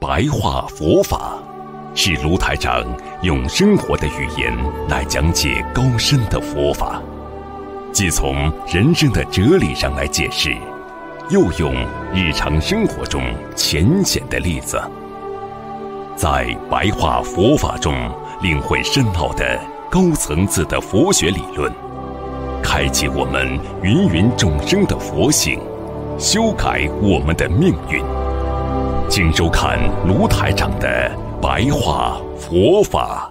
白话佛法，是卢台长用生活的语言来讲解高深的佛法，既从人生的哲理上来解释，又用日常生活中浅显的例子，在白话佛法中领会深奥的高层次的佛学理论，开启我们芸芸众生的佛性，修改我们的命运。请收看卢台长的白话佛法。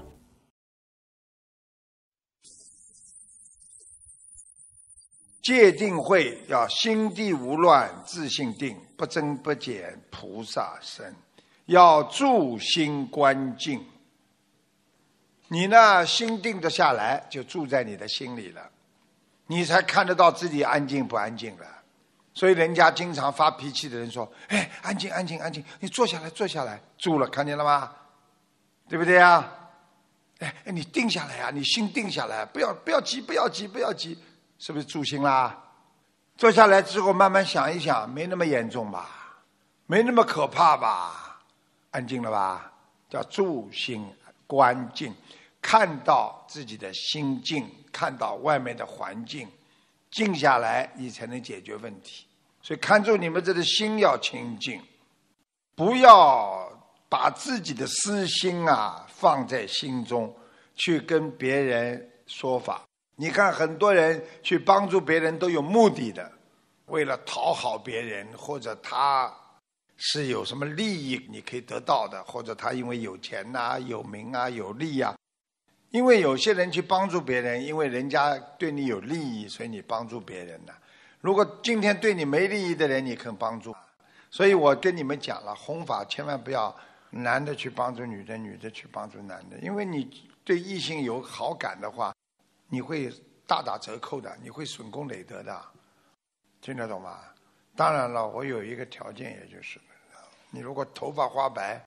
戒定慧要心地无乱，自性定，不增不减，菩萨身。要住心观静，你呢心定得下来，就住在你的心里了，你才看得到自己安静不安静了。所以人家经常发脾气的人说：“哎，安静，安静，安静，你坐下来，坐下来，住了，看见了吗？对不对啊？哎，你定下来啊，你心定下来，不要急，不要急，不要急，是不是住心啦？坐下来之后，慢慢想一想，没那么严重吧，没那么可怕吧，安静了吧？叫住心观静，看到自己的心境，看到外面的环境，静下来，你才能解决问题。所以看住你们这个心要清净，不要把自己的私心啊放在心中，去跟别人说法。你看很多人去帮助别人都有目的的，为了讨好别人，或者他是有什么利益你可以得到的，或者他因为有钱啊、有名啊、有利啊。因为有些人去帮助别人，因为人家对你有利益，所以你帮助别人了。如果今天对你没利益的人，你肯帮助？所以我跟你们讲了，弘法千万不要男的去帮助女的，女的去帮助男的，因为你对异性有好感的话，你会大打折扣的，你会损功累德的，听得懂吗？当然了，我有一个条件，也就是你如果头发花白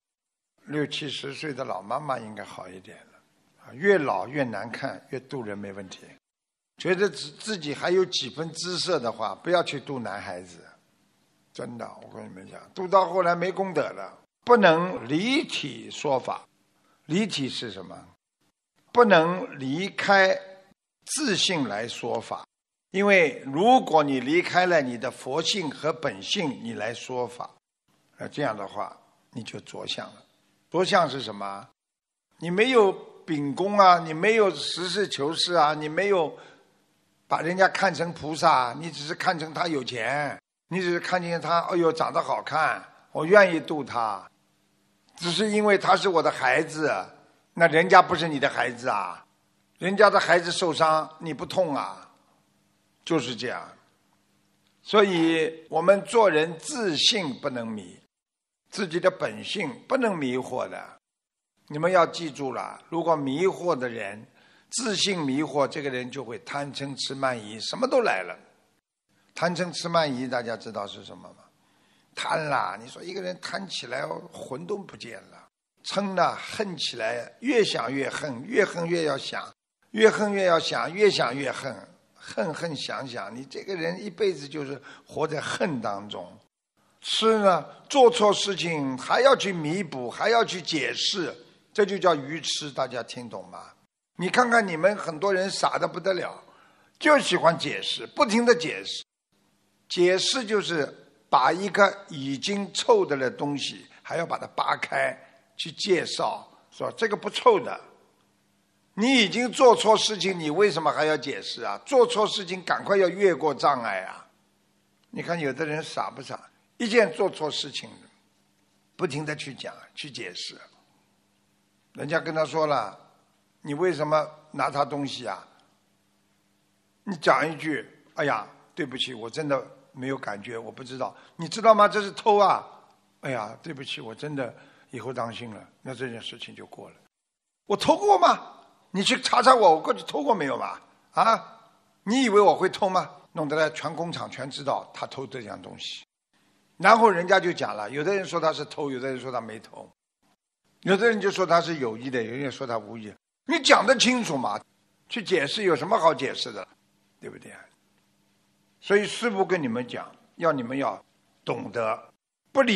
，60、70岁的老妈妈应该好一点了，越老越难看，越度人没问题。觉得自己还有几分姿色的话，不要去度男孩子，真的，我跟你们讲，度到后来没功德了。不能离体说法，离体是什么？不能离开自性来说法，因为如果你离开了你的佛性和本性，你来说法，这样的话你就着相了。着相是什么？你没有秉公啊，你没有实事求是啊，你没有把人家看成菩萨，你只是看成他有钱，你只是看见他哎呦长得好看，我愿意度他，只是因为他是我的孩子，那人家不是你的孩子啊，人家的孩子受伤你不痛啊，就是这样。所以我们做人自性不能迷，自己的本性不能迷惑的。你们要记住了，如果迷惑的人自性迷惑，这个人就会贪嗔痴慢疑，什么都来了。贪嗔痴慢疑大家知道是什么吗？贪啦，你说一个人贪起来魂都不见了。嗔呢，恨起来越想越恨，越恨越要想，越恨越要想，越想越恨，恨恨想想，你这个人一辈子就是活在恨当中。痴呢，做错事情还要去弥补，还要去解释，这就叫愚痴，大家听懂吗？你看看你们很多人傻得不得了，就喜欢解释，不停地解释。解释就是把一个已经臭的了东西还要把它扒开去介绍，说这个不臭的。你已经做错事情，你为什么还要解释啊？做错事情赶快要越过障碍啊。你看有的人傻不傻，一件做错事情不停地去讲去解释，人家跟他说了，你为什么拿他东西啊？你讲一句，哎呀对不起，我真的没有感觉，我不知道。你知道吗？这是偷啊！哎呀对不起，我真的以后当心了，那这件事情就过了。我偷过吗？你去查查我过去偷过没有嘛？啊，你以为我会偷吗？弄得来全工厂全知道他偷这样东西，然后人家就讲了，有的人说他是偷，有的人说他没偷，有的人就说他是有意的，有人说他无意。你讲得清楚嘛？去解释有什么好解释的，对不对？所以师父跟你们讲，要你们要懂得不离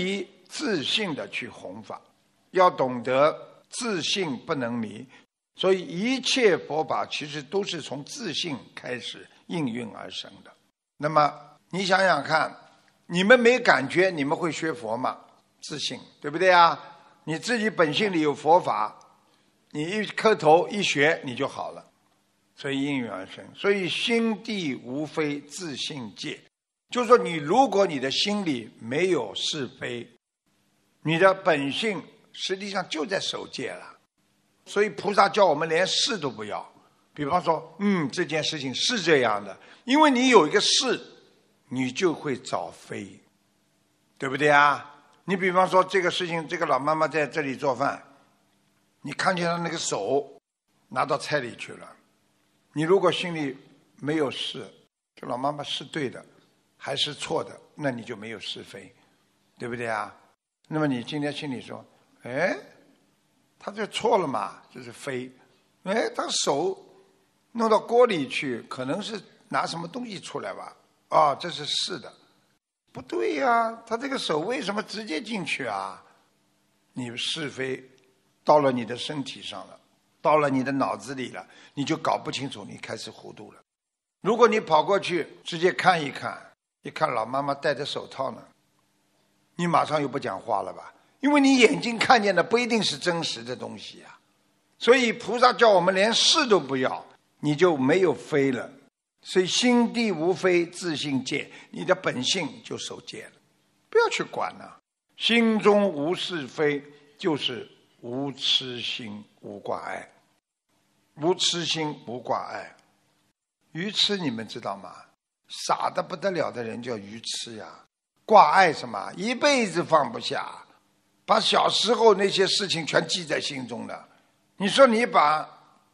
自信的去弘法，要懂得自信不能迷。所以一切佛法其实都是从自信开始应运而生的。那么你想想看，你们没感觉，你们会学佛吗？自信，对不对啊？你自己本性里有佛法，你一磕头一学你就好了，所以应运而生。所以心地无非自性戒，就是说如果你的心里没有是非，你的本性实际上就在守戒了。所以菩萨叫我们连是都不要。比方说这件事情是这样的，因为你有一个是，你就会找非，对不对啊？你比方说这个事情，这个老妈妈在这里做饭，你看见她那个手拿到菜里去了，你如果心里没有是，这老妈妈是对的还是错的，那你就没有是非，对不对啊？那么你今天心里说，他这错了嘛，就是非。他手弄到锅里去，可能是拿什么东西出来吧？这是是的，不对呀，他这个手为什么直接进去啊？你是非到了你的身体上了，到了你的脑子里了，你就搞不清楚，你开始糊涂了。如果你跑过去直接看一看，一看老妈妈戴着手套呢，你马上又不讲话了吧？因为你眼睛看见的不一定是真实的东西啊。所以菩萨叫我们连是都不要，你就没有非了。所以心地无非自性戒，你的本性就守戒了，不要去管了。心中无是非，就是无痴心无挂碍。无痴心无挂碍，愚痴你们知道吗？傻得不得了的人叫愚痴呀。挂碍什么？一辈子放不下，把小时候那些事情全记在心中了。你说你把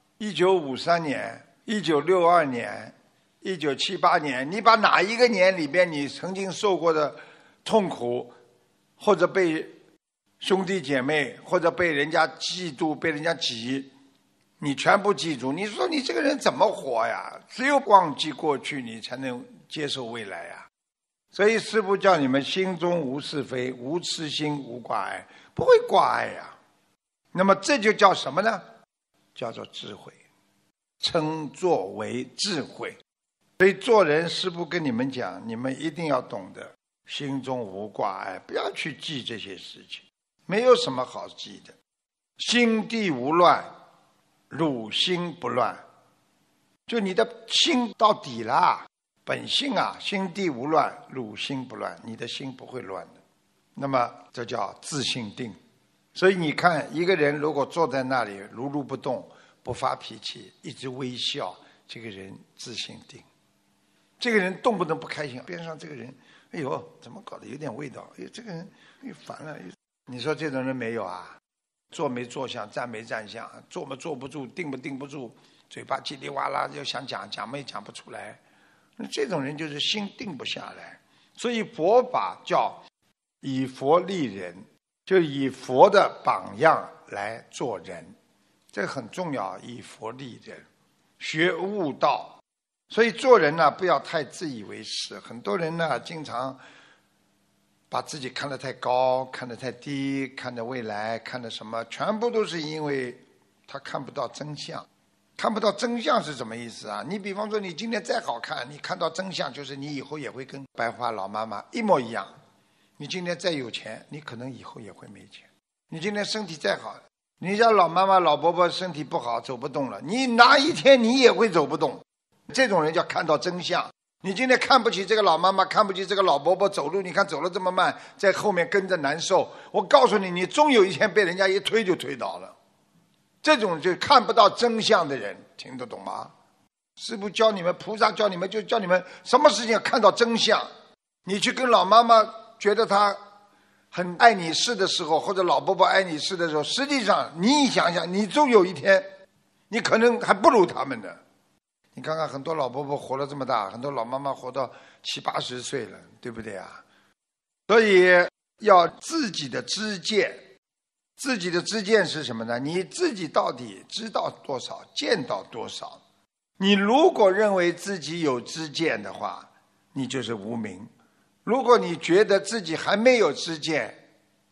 1953年、1962年、1978年，你把哪一个年里边你曾经受过的痛苦，或者被兄弟姐妹，或者被人家嫉妒、被人家挤，你全部记住，你说你这个人怎么活呀？只有忘记过去，你才能接受未来呀。所以师父叫你们心中无是非，无痴心，无挂碍，不会挂碍呀。那么这就叫什么呢？叫做智慧，称作为智慧。所以做人，师父跟你们讲，你们一定要懂得心中无挂碍，不要去记这些事情，没有什么好记的。心地无乱，汝心不乱，就你的心到底啦，本性啊，心地无乱，汝心不乱，你的心不会乱的。那么这叫自性定。所以你看，一个人如果坐在那里如如不动，不发脾气，一直微笑，这个人自性定。这个人动不动不开心，边上这个人，哎呦，怎么搞的有点味道，哎，这个人又烦了。你说这种人没有啊？坐没坐相，站没站相，坐没坐不住，定不定不住，嘴巴叽里哇啦就想讲，讲没讲不出来。那这种人就是心定不下来。所以佛法叫以佛立人，就以佛的榜样来做人，这很重要。以佛立人，学悟道。所以做人呢，不要太自以为是。很多人呢，经常把自己看得太高，看得太低，看得未来，看得什么，全部都是因为他看不到真相。看不到真相是什么意思啊？你比方说，你今天再好看，你看到真相就是你以后也会跟白发老妈妈一模一样。你今天再有钱，你可能以后也会没钱。你今天身体再好，你家老妈妈老伯伯身体不好，走不动了，你哪一天你也会走不动。这种人叫看到真相。你今天看不起这个老妈妈，看不起这个老伯伯，走路你看走了这么慢，在后面跟着难受，我告诉你，你终有一天被人家一推就推倒了。这种就看不到真相的人，听得懂吗？师父教你们，菩萨教你们，就教你们什么事情要看到真相。你去跟老妈妈觉得她很爱你是的时候，或者老伯伯爱你是的时候，实际上你想想，你终有一天你可能还不如他们呢。你看看很多老伯伯活了这么大，很多老妈妈活到70、80岁了，对不对啊？所以要自己的知见。自己的知见是什么呢？你自己到底知道多少，见到多少。你如果认为自己有知见的话，你就是无明。如果你觉得自己还没有知见，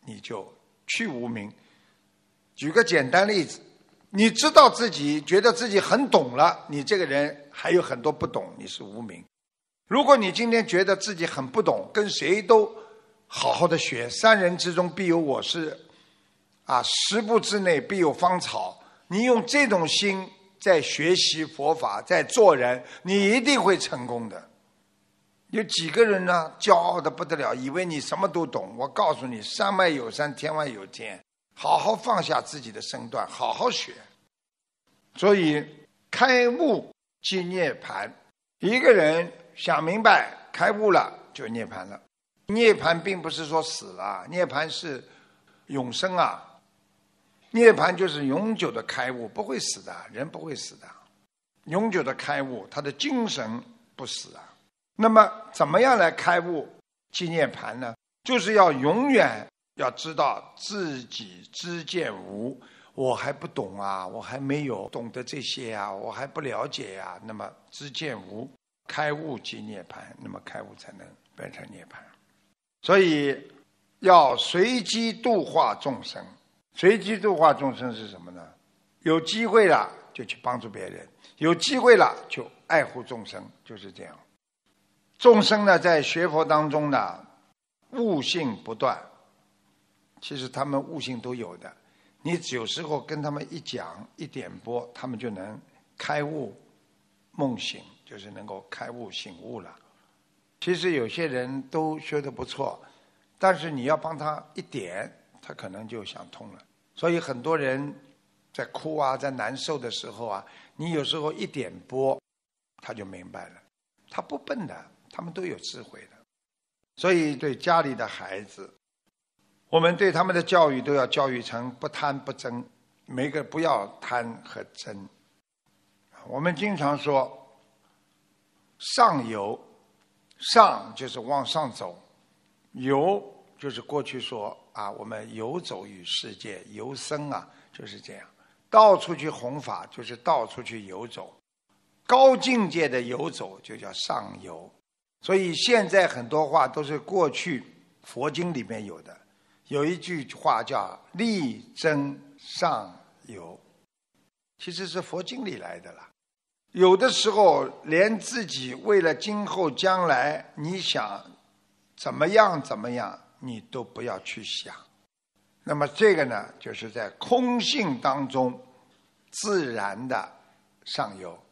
你就去无明。举个简单例子，你知道自己觉得自己很懂了，你这个人还有很多不懂，你是无明。如果你今天觉得自己很不懂，跟谁都好好的学，三人之中必有我师十步之内必有芳草，你用这种心在学习佛法，在做人，你一定会成功的。有几个人呢，骄傲的不得了，以为你什么都懂。我告诉你，山外有山，天外有天，好好放下自己的身段，好好学。所以开悟即涅槃，一个人想明白开悟了就涅槃了。涅槃并不是说死了，涅槃是永生啊。涅槃就是永久的开悟，不会死的，人不会死的，永久的开悟，他的精神不死啊。那么怎么样来开悟即涅槃呢？就是要永远要知道自己知见无，我还不懂啊，我还没有懂得这些啊，我还不了解啊。那么知见无，开悟即涅槃，那么开悟才能变成涅槃。所以要随机度化众生。随机度化众生是什么呢？有机会了就去帮助别人，有机会了就爱护众生，就是这样。众生呢，在学佛当中呢，悟性不断，其实他们悟性都有的，你有时候跟他们一讲一点拨，他们就能开悟梦醒，就是能够开悟醒悟了。其实有些人都学得不错，但是你要帮他一点，他可能就想通了。所以很多人在哭啊，在难受的时候啊，你有时候一点拨，他就明白了。他不笨的，他们都有智慧的。所以对家里的孩子，我们对他们的教育都要教育成不贪不嗔，每个不要贪和嗔。我们经常说上游，上就是往上走，游就是过去说我们游走于世界，游僧就是这样，到处去弘法就是到处去游走，高境界的游走就叫上游。所以现在很多话都是过去佛经里面有的，有一句话叫力争上游，其实是佛经里来的啦。有的时候连自己为了今后将来你想怎么样你都不要去想。那么这个呢，就是在空性当中自然的上游。